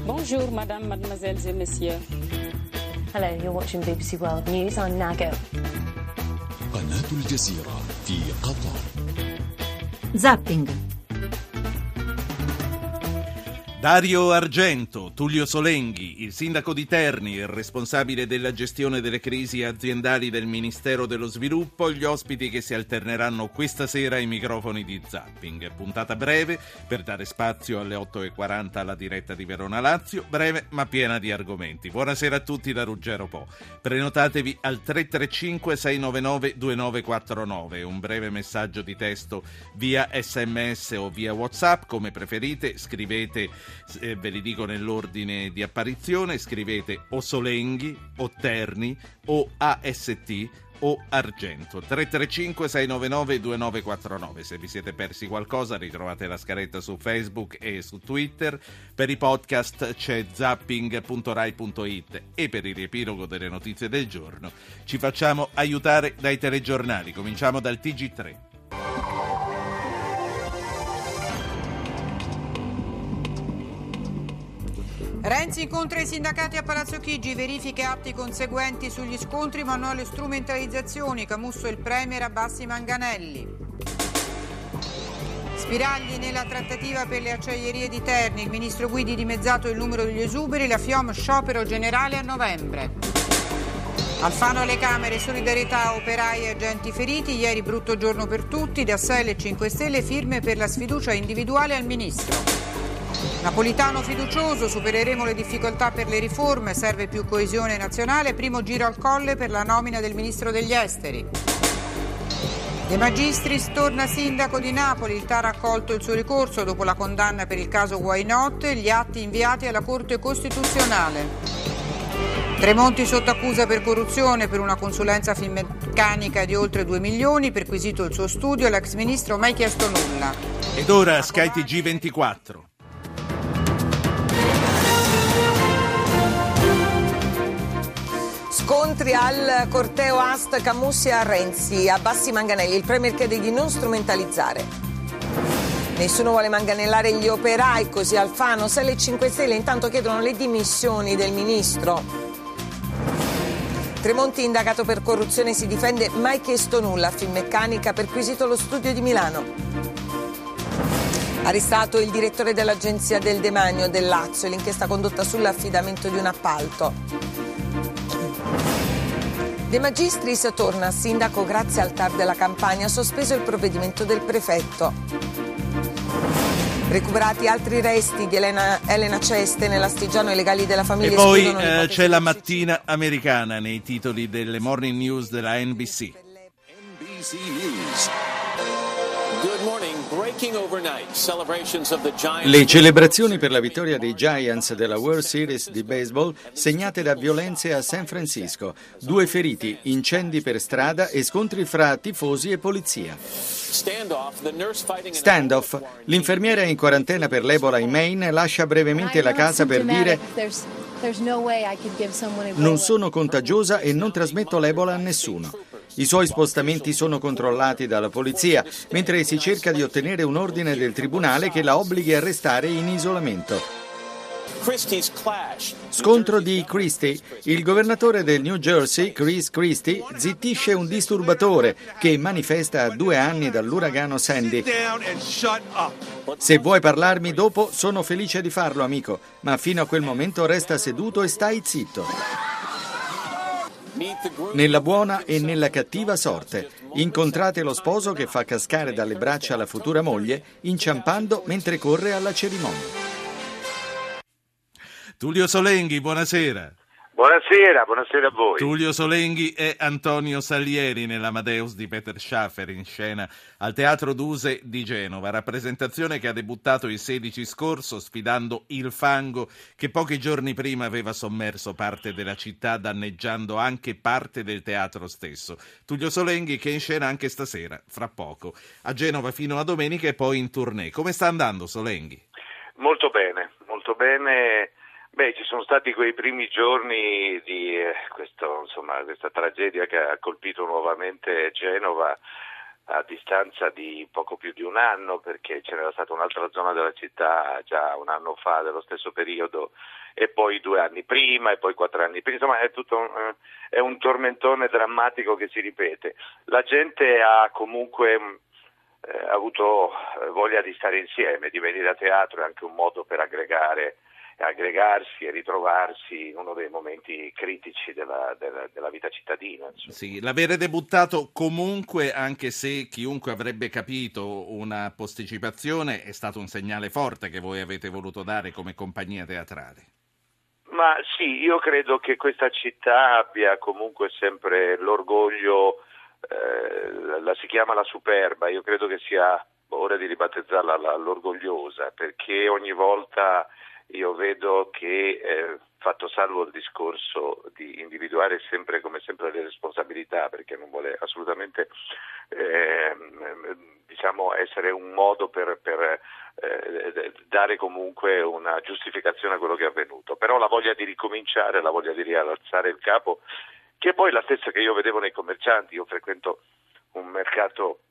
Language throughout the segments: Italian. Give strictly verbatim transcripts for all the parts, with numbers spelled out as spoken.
Bonjour, madame, mademoiselles et messieurs. Hello, you're watching B B C World News. I'm Nago. قناة الجزيرة في قطر. Zapping. Dario Argento, Tullio Solenghi, il sindaco di Terni, il responsabile della gestione delle crisi aziendali del Ministero dello Sviluppo, gli ospiti che si alterneranno questa sera ai microfoni di Zapping. Puntata breve per dare spazio alle otto e quaranta alla diretta di Verona Lazio, breve ma piena di argomenti. Buonasera a tutti da Ruggero Po. Prenotatevi al tre tre cinque sei nove nove due nove quattro nove, un breve messaggio di testo via sms o via WhatsApp, come preferite, scrivete. Eh, ve li dico nell'ordine di apparizione, scrivete o Solenghi o Terni o A S T o Argento. Tre tre cinque sei nove nove due nove quattro nove. Se vi siete persi qualcosa ritrovate la scaletta su Facebook e su Twitter. Per i podcast c'è zapping punto rai punto it e per il riepilogo delle notizie del giorno ci facciamo aiutare dai telegiornali. Cominciamo dal T G tre. Renzi incontra i sindacati a Palazzo Chigi, verifiche atti conseguenti sugli scontri ma non alle strumentalizzazioni. Camusso il premier abbassi Manganelli. Spiragli nella trattativa per le acciaierie di Terni, il ministro Guidi dimezzato il numero degli esuberi, la FIOM sciopero generale a novembre. Alfano alle Camere, solidarietà operai e agenti feriti, ieri brutto giorno per tutti, da S E L e cinque Stelle firme per la sfiducia individuale al ministro. Napolitano fiducioso, supereremo le difficoltà per le riforme, serve più coesione nazionale, primo giro al Colle per la nomina del ministro degli esteri. De Magistris torna sindaco di Napoli, il T A R ha accolto il suo ricorso dopo la condanna per il caso Why Not, gli atti inviati alla Corte Costituzionale. Tremonti sotto accusa per corruzione per una consulenza finmeccanica di oltre due milioni, perquisito il suo studio, l'ex ministro mai chiesto nulla. Ed ora Sky T G ventiquattro. Scontri al corteo Ast, Camussi a Renzi, abbassi Manganelli, il premier chiede di non strumentalizzare. Nessuno vuole manganellare gli operai, così Alfano, S E L e cinque Stelle intanto chiedono le dimissioni del ministro. Tremonti indagato per corruzione si difende, mai chiesto nulla, Finmeccanica perquisito lo studio di Milano. Arrestato il direttore dell'agenzia del demanio del Lazio, l'inchiesta condotta sull'affidamento di un appalto. De Magistris torna sindaco grazie al T A R della Campania, sospeso il provvedimento del prefetto. Recuperati altri resti di Elena, Elena Ceste nell'Astigiano, i legali della famiglia. E poi eh, c'è la mattina americana nei titoli delle morning news della N B C. N B C News. Good morning. Breaking overnight. Celebrations of the Giants. Le celebrazioni per la vittoria dei Giants della World Series di baseball segnate da violenze a San Francisco. Due feriti, incendi per strada e scontri fra tifosi e polizia. Standoff. L'infermiera in quarantena per l'Ebola in Maine lascia brevemente la casa per dire: non sono contagiosa e non trasmetto l'Ebola a nessuno. I suoi spostamenti sono controllati dalla polizia, mentre si cerca di ottenere un ordine del tribunale che la obblighi a restare in isolamento. Scontro di Christie. Il governatore del New Jersey, Chris Christie, zittisce un disturbatore che manifesta a due anni dall'uragano Sandy. Se vuoi parlarmi dopo, sono felice di farlo, amico, ma fino a quel momento resta seduto e stai zitto. Nella buona e nella cattiva sorte. Incontrate lo sposo che fa cascare dalle braccia la futura moglie, inciampando mentre corre alla cerimonia. Tullio Solenghi, buonasera. Buonasera, buonasera a voi. Tullio Solenghi e Antonio Salieri nell'Amadeus di Peter Schaffer, in scena al Teatro Duse di Genova, rappresentazione che ha debuttato il sedici scorso sfidando il fango che pochi giorni prima aveva sommerso parte della città, danneggiando anche parte del teatro stesso. Tullio Solenghi che è in scena anche stasera, fra poco, a Genova fino a domenica e poi in tournée. Come sta andando, Solenghi? Molto bene, molto bene. Beh, ci sono stati quei primi giorni di eh, questo, insomma, questa tragedia che ha colpito nuovamente Genova a distanza di poco più di un anno, perché c'era stata un'altra zona della città già un anno fa dello stesso periodo, e poi due anni prima e poi quattro anni prima, insomma è tutto un, è un tormentone drammatico che si ripete. La gente ha comunque eh, avuto voglia di stare insieme, di venire a teatro, è anche un modo per aggregare aggregarsi e ritrovarsi in uno dei momenti critici della, della, della vita cittadina. Insomma. Sì, l'avere debuttato comunque, anche se chiunque avrebbe capito una posticipazione, è stato un segnale forte che voi avete voluto dare come compagnia teatrale. Ma sì, io credo che questa città abbia comunque sempre l'orgoglio, eh, la, la si chiama la superba, io credo che sia ora di ribattezzarla la, l'orgogliosa, perché ogni volta io vedo che, eh, fatto salvo il discorso di individuare sempre come sempre le responsabilità, perché non vuole assolutamente eh, diciamo essere un modo per, per eh, dare comunque una giustificazione a quello che è avvenuto, però la voglia di ricominciare, la voglia di rialzare il capo, che è poi la stessa che io vedevo nei commercianti. Io frequento un mercato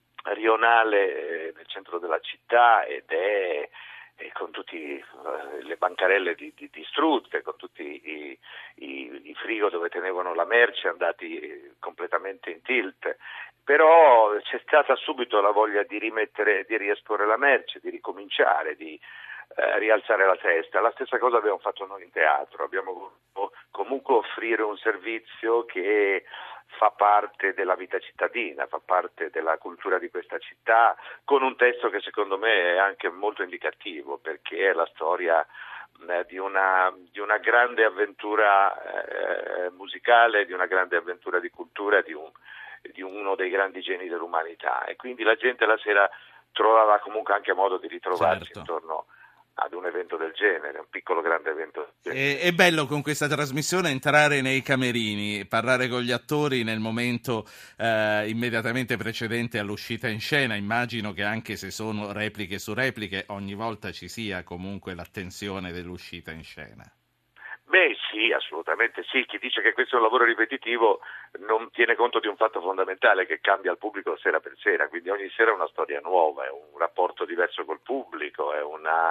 rionale eh, nel centro della città ed è e con tutte uh, le bancarelle di, di, distrutte, con tutti i, i, i frigo dove tenevano la merce andati completamente in tilt, però c'è stata subito la voglia di rimettere, di riesporre la merce, di ricominciare, di uh, rialzare la testa. La stessa cosa abbiamo fatto noi in teatro, abbiamo voluto comunque offrire un servizio che fa parte della vita cittadina, fa parte della cultura di questa città, con un testo che secondo me è anche molto indicativo, perché è la storia eh, di, una, di una grande avventura eh, musicale, di una grande avventura di cultura, di, un, di uno dei grandi geni dell'umanità, e quindi la gente la sera trovava comunque anche modo di ritrovarsi certo. intorno ad un evento del genere, un piccolo grande evento del genere. È, è bello con questa trasmissione entrare nei camerini, parlare con gli attori nel momento eh, immediatamente precedente all'uscita in scena. Immagino che anche se sono repliche su repliche, ogni volta ci sia comunque l'attenzione dell'uscita in scena. Beh sì, assolutamente sì. Chi dice che questo è un lavoro ripetitivo non tiene conto di un fatto fondamentale che cambia il pubblico sera per sera, quindi ogni sera è una storia nuova, è un rapporto diverso col pubblico, è una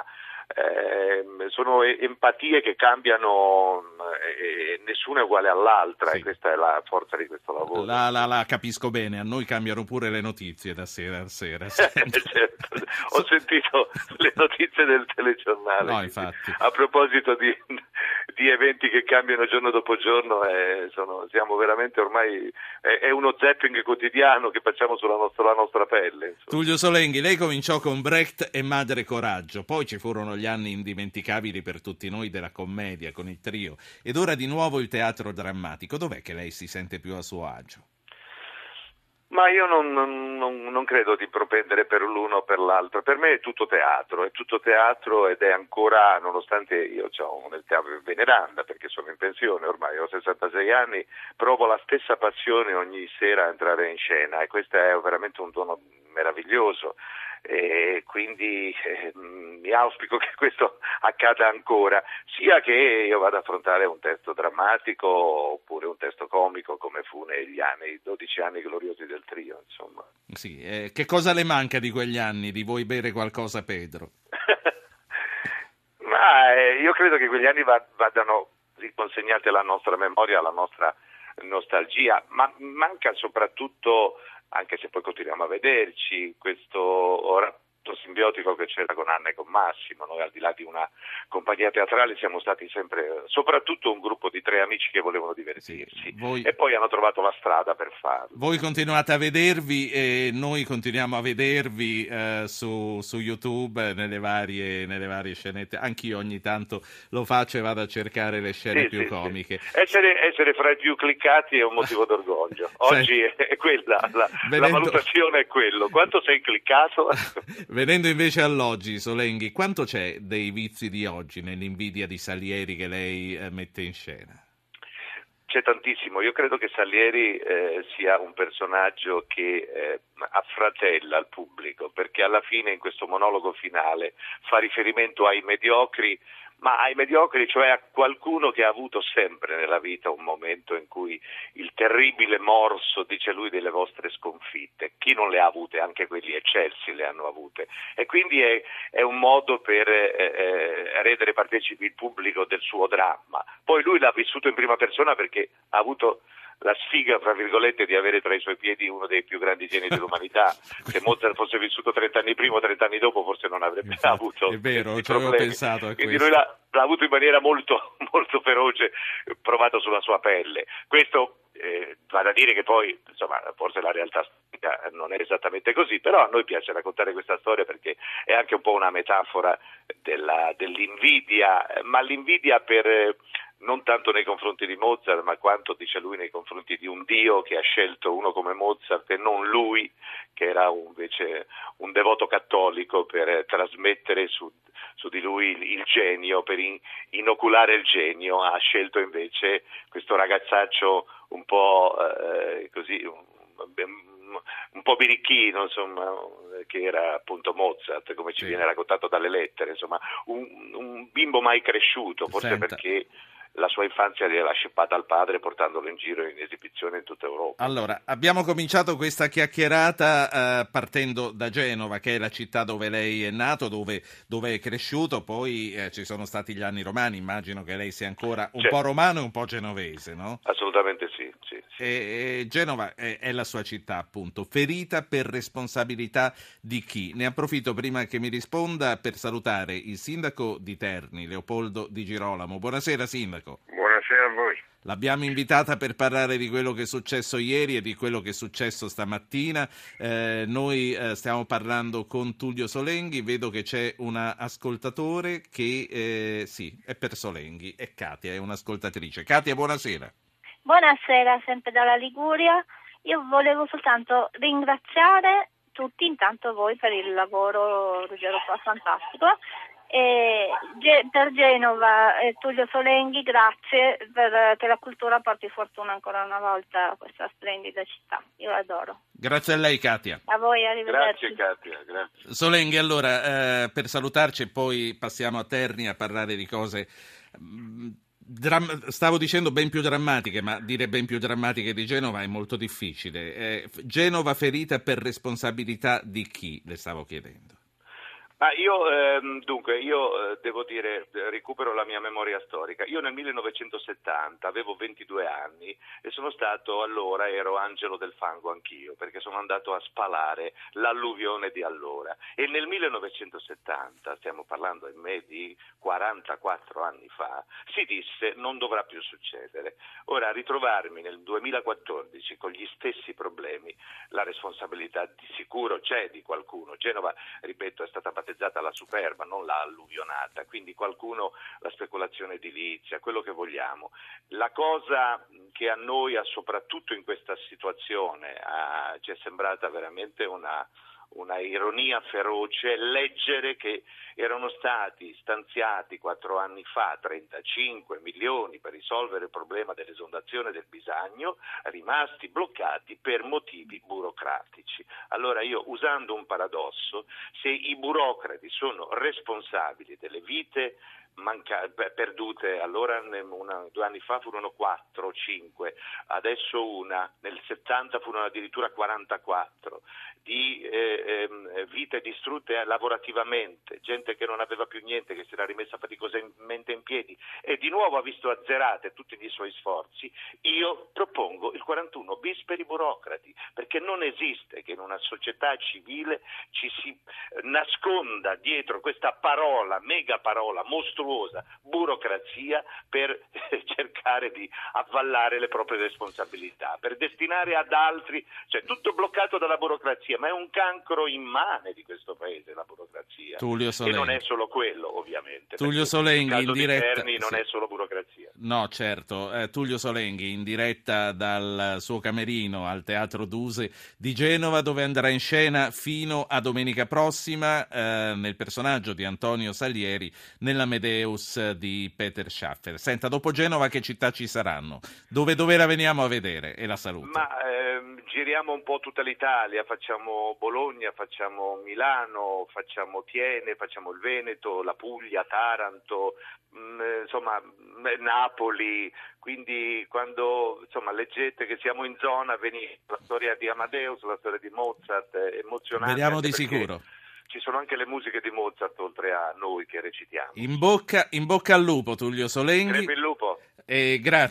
Eh, sono empatie che cambiano e nessuna è uguale all'altra, sì. E questa è la forza di questo lavoro. La, la, la capisco bene, a noi cambiano pure le notizie da sera a sera. Certo. Ho sentito le notizie del telegiornale. No, infatti. A proposito di, di eventi che cambiano giorno dopo giorno, eh, sono, siamo veramente ormai è, è uno zapping quotidiano che facciamo sulla nostra, la nostra pelle. Insomma. Tullio Solenghi, lei cominciò con Brecht e Madre Coraggio, poi ci furono gli anni indimenticabili per tutti noi della commedia con il trio, ed ora di nuovo il teatro drammatico. Dov'è che lei si sente più a suo agio? Ma io non, non, non credo di propendere per l'uno o per l'altro. Per me è tutto teatro, è tutto teatro ed è ancora, nonostante io ho nel teatro veneranda, perché sono in pensione ormai, ho sessantasei anni, provo la stessa passione ogni sera a entrare in scena, e questo è veramente un dono meraviglioso. E quindi eh, mi auspico che questo accada ancora, sia che io vada ad affrontare un testo drammatico oppure un testo comico, come fu negli anni, i dodici anni gloriosi del trio, insomma. Sì, eh, che cosa le manca di quegli anni? Di vuoi bere qualcosa, Pedro? Ma eh, io credo che quegli anni va, vadano riconsegnati alla nostra memoria, alla nostra nostalgia, ma manca soprattutto, anche se poi continuiamo a vederci, questo rapporto simbiotico che c'era con Anna e con Massimo. Noi, al di là di una compagnia teatrale, siamo stati sempre soprattutto un gruppo di tre amici che volevano divertirsi, sì, voi, e poi hanno trovato la strada per farlo. Voi continuate a vedervi e noi continuiamo a vedervi eh, su, su YouTube nelle varie, nelle varie scenette. Anch'io ogni tanto lo faccio e vado a cercare le scene sì, più sì, comiche. Sì. Essere, essere fra i più cliccati è un motivo d'orgoglio. Oggi è quella, la, Venendo... la valutazione è quello. Quanto sei cliccato? Venendo invece all'oggi, Solenghi, quanto c'è dei vizi di oggi nell'invidia di Salieri che lei eh, mette in scena? C'è tantissimo. Io credo che Salieri eh, sia un personaggio che eh, affratella il pubblico, perché alla fine in questo monologo finale fa riferimento ai mediocri, ma ai mediocri, cioè a qualcuno che ha avuto sempre nella vita un momento in cui il terribile morso, dice lui, delle vostre sconfitte. Chi non le ha avute? Anche quelli eccelsi le hanno avute, e quindi è, è un modo per eh, rendere partecipi il pubblico del suo dramma. Poi lui l'ha vissuto in prima persona perché ha avuto la sfiga, fra virgolette, di avere tra i suoi piedi uno dei più grandi geni dell'umanità. Se Mozart fosse vissuto trent'anni prima o trent'anni dopo, forse non avrebbe Infatti, avuto è vero, ci avevo pensato a Quindi questo. lui l'ha, l'ha avuto in maniera molto, molto feroce, provato sulla sua pelle. Questo eh, va da dire che poi, insomma, forse la realtà storica non è esattamente così, però a noi piace raccontare questa storia perché è anche un po' una metafora della, dell'invidia, ma l'invidia per... non tanto nei confronti di Mozart, ma quanto, dice lui, nei confronti di un dio che ha scelto uno come Mozart e non lui, che era invece un devoto cattolico, per trasmettere su, su di lui il, il genio, per in, inoculare il genio. Ha scelto invece questo ragazzaccio un po' eh, così, un, un po' birichino, insomma, che era appunto Mozart, come ci sì. viene raccontato dalle lettere, insomma, un, un bimbo mai cresciuto, forse Senta. perché la sua infanzia gliela scippata al padre portandolo in giro in esibizione in tutta Europa. Allora, abbiamo cominciato questa chiacchierata eh, partendo da Genova, che è la città dove lei è nato, dove, dove è cresciuto, poi eh, ci sono stati gli anni romani, immagino che lei sia ancora un C'è. po' romano e un po' genovese, no? Assolutamente sì. sì, sì. E, e Genova è, è la sua città, appunto, ferita per responsabilità di chi? Ne approfitto prima che mi risponda per salutare il sindaco di Terni, Leopoldo Di Girolamo. Buonasera sindaco. Buonasera a voi. L'abbiamo invitata per parlare di quello che è successo ieri e di quello che è successo stamattina. Eh, noi eh, stiamo parlando con Tullio Solenghi, vedo che c'è un ascoltatore che eh, sì, è per Solenghi, è Katia, è un'ascoltatrice. Katia, buonasera. Buonasera, sempre dalla Liguria. Io volevo soltanto ringraziare tutti, intanto voi, per il lavoro, Ruggero, fa fantastico. E per Genova, eh, Tullio Solenghi, grazie per che la cultura porti fortuna ancora una volta a questa splendida città. Io l'adoro. Grazie a lei, Katia. A voi, arrivederci. Grazie Katia, grazie. Solenghi, allora, eh, per salutarci e poi passiamo a Terni a parlare di cose... Mh, Dram- stavo dicendo ben più drammatiche, ma dire ben più drammatiche di Genova è molto difficile. Eh, Genova ferita per responsabilità di chi? Le stavo chiedendo. Ma io, ehm, dunque, io eh, devo dire, recupero la mia memoria storica. Io nel millenovecentosettanta avevo ventidue anni e sono stato, allora, ero angelo del fango anch'io, perché sono andato a spalare l'alluvione di allora. E nel millenovecentosettanta, stiamo parlando ahimè di quarantaquattro anni fa, si disse non dovrà più succedere. Ora, ritrovarmi nel duemilaquattordici con gli stessi problemi, la responsabilità di sicuro c'è di qualcuno. Genova, ripeto, è stata battezzata la superba, non la alluvionata, quindi qualcuno, la speculazione edilizia, quello che vogliamo. La cosa che a noi, soprattutto in questa situazione, ha, ci è sembrata veramente una una ironia feroce leggere che erano stati stanziati quattro anni fa trentacinque milioni per risolvere il problema dell'esondazione del Bisagno, rimasti bloccati per motivi burocratici. Allora io, usando un paradosso, se i burocrati sono responsabili delle vite Manca, perdute, allora una, due anni fa furono quattro o cinque, adesso una, nel settanta furono addirittura quarantaquattro, di eh, eh, vite distrutte lavorativamente, gente che non aveva più niente, che si era rimessa faticosamente in piedi e di nuovo ha visto azzerate tutti gli suoi sforzi. Io propongo il quarantuno bis per i burocrati, perché non esiste che in una società civile ci si nasconda dietro questa parola, mega parola, mostruosa, burocrazia, per cercare di avvallare le proprie responsabilità, per destinare ad altri, cioè tutto bloccato dalla burocrazia, ma è un cancro immane di questo paese la burocrazia. Tullio Solenghi. E non è solo quello, ovviamente. Tullio Solenghi in diretta. Terni non sì. è solo burocrazia. No, certo. Eh, Tullio Solenghi in diretta dal suo camerino al Teatro Duse di Genova, dove andrà in scena fino a domenica prossima eh, nel personaggio di Antonio Salieri nella Medeus di Peter Schaffer. Senta, dopo Genova che città ci saranno? Dove, dove la veniamo a vedere? E la saluto. Ma eh, ehm, giriamo un po' tutta l'Italia, facciamo Bologna, facciamo Milano, facciamo Thiene, facciamo il Veneto, la Puglia, Taranto, mh, insomma mh, Napoli, quindi quando insomma leggete che siamo in zona venite, la storia di Amadeus, la storia di Mozart, è emozionante. Vediamo di sicuro. Ci sono anche le musiche di Mozart oltre a noi che recitiamo. In bocca, in bocca al lupo, Tullio Solenghi. Crepi il lupo. E grazie.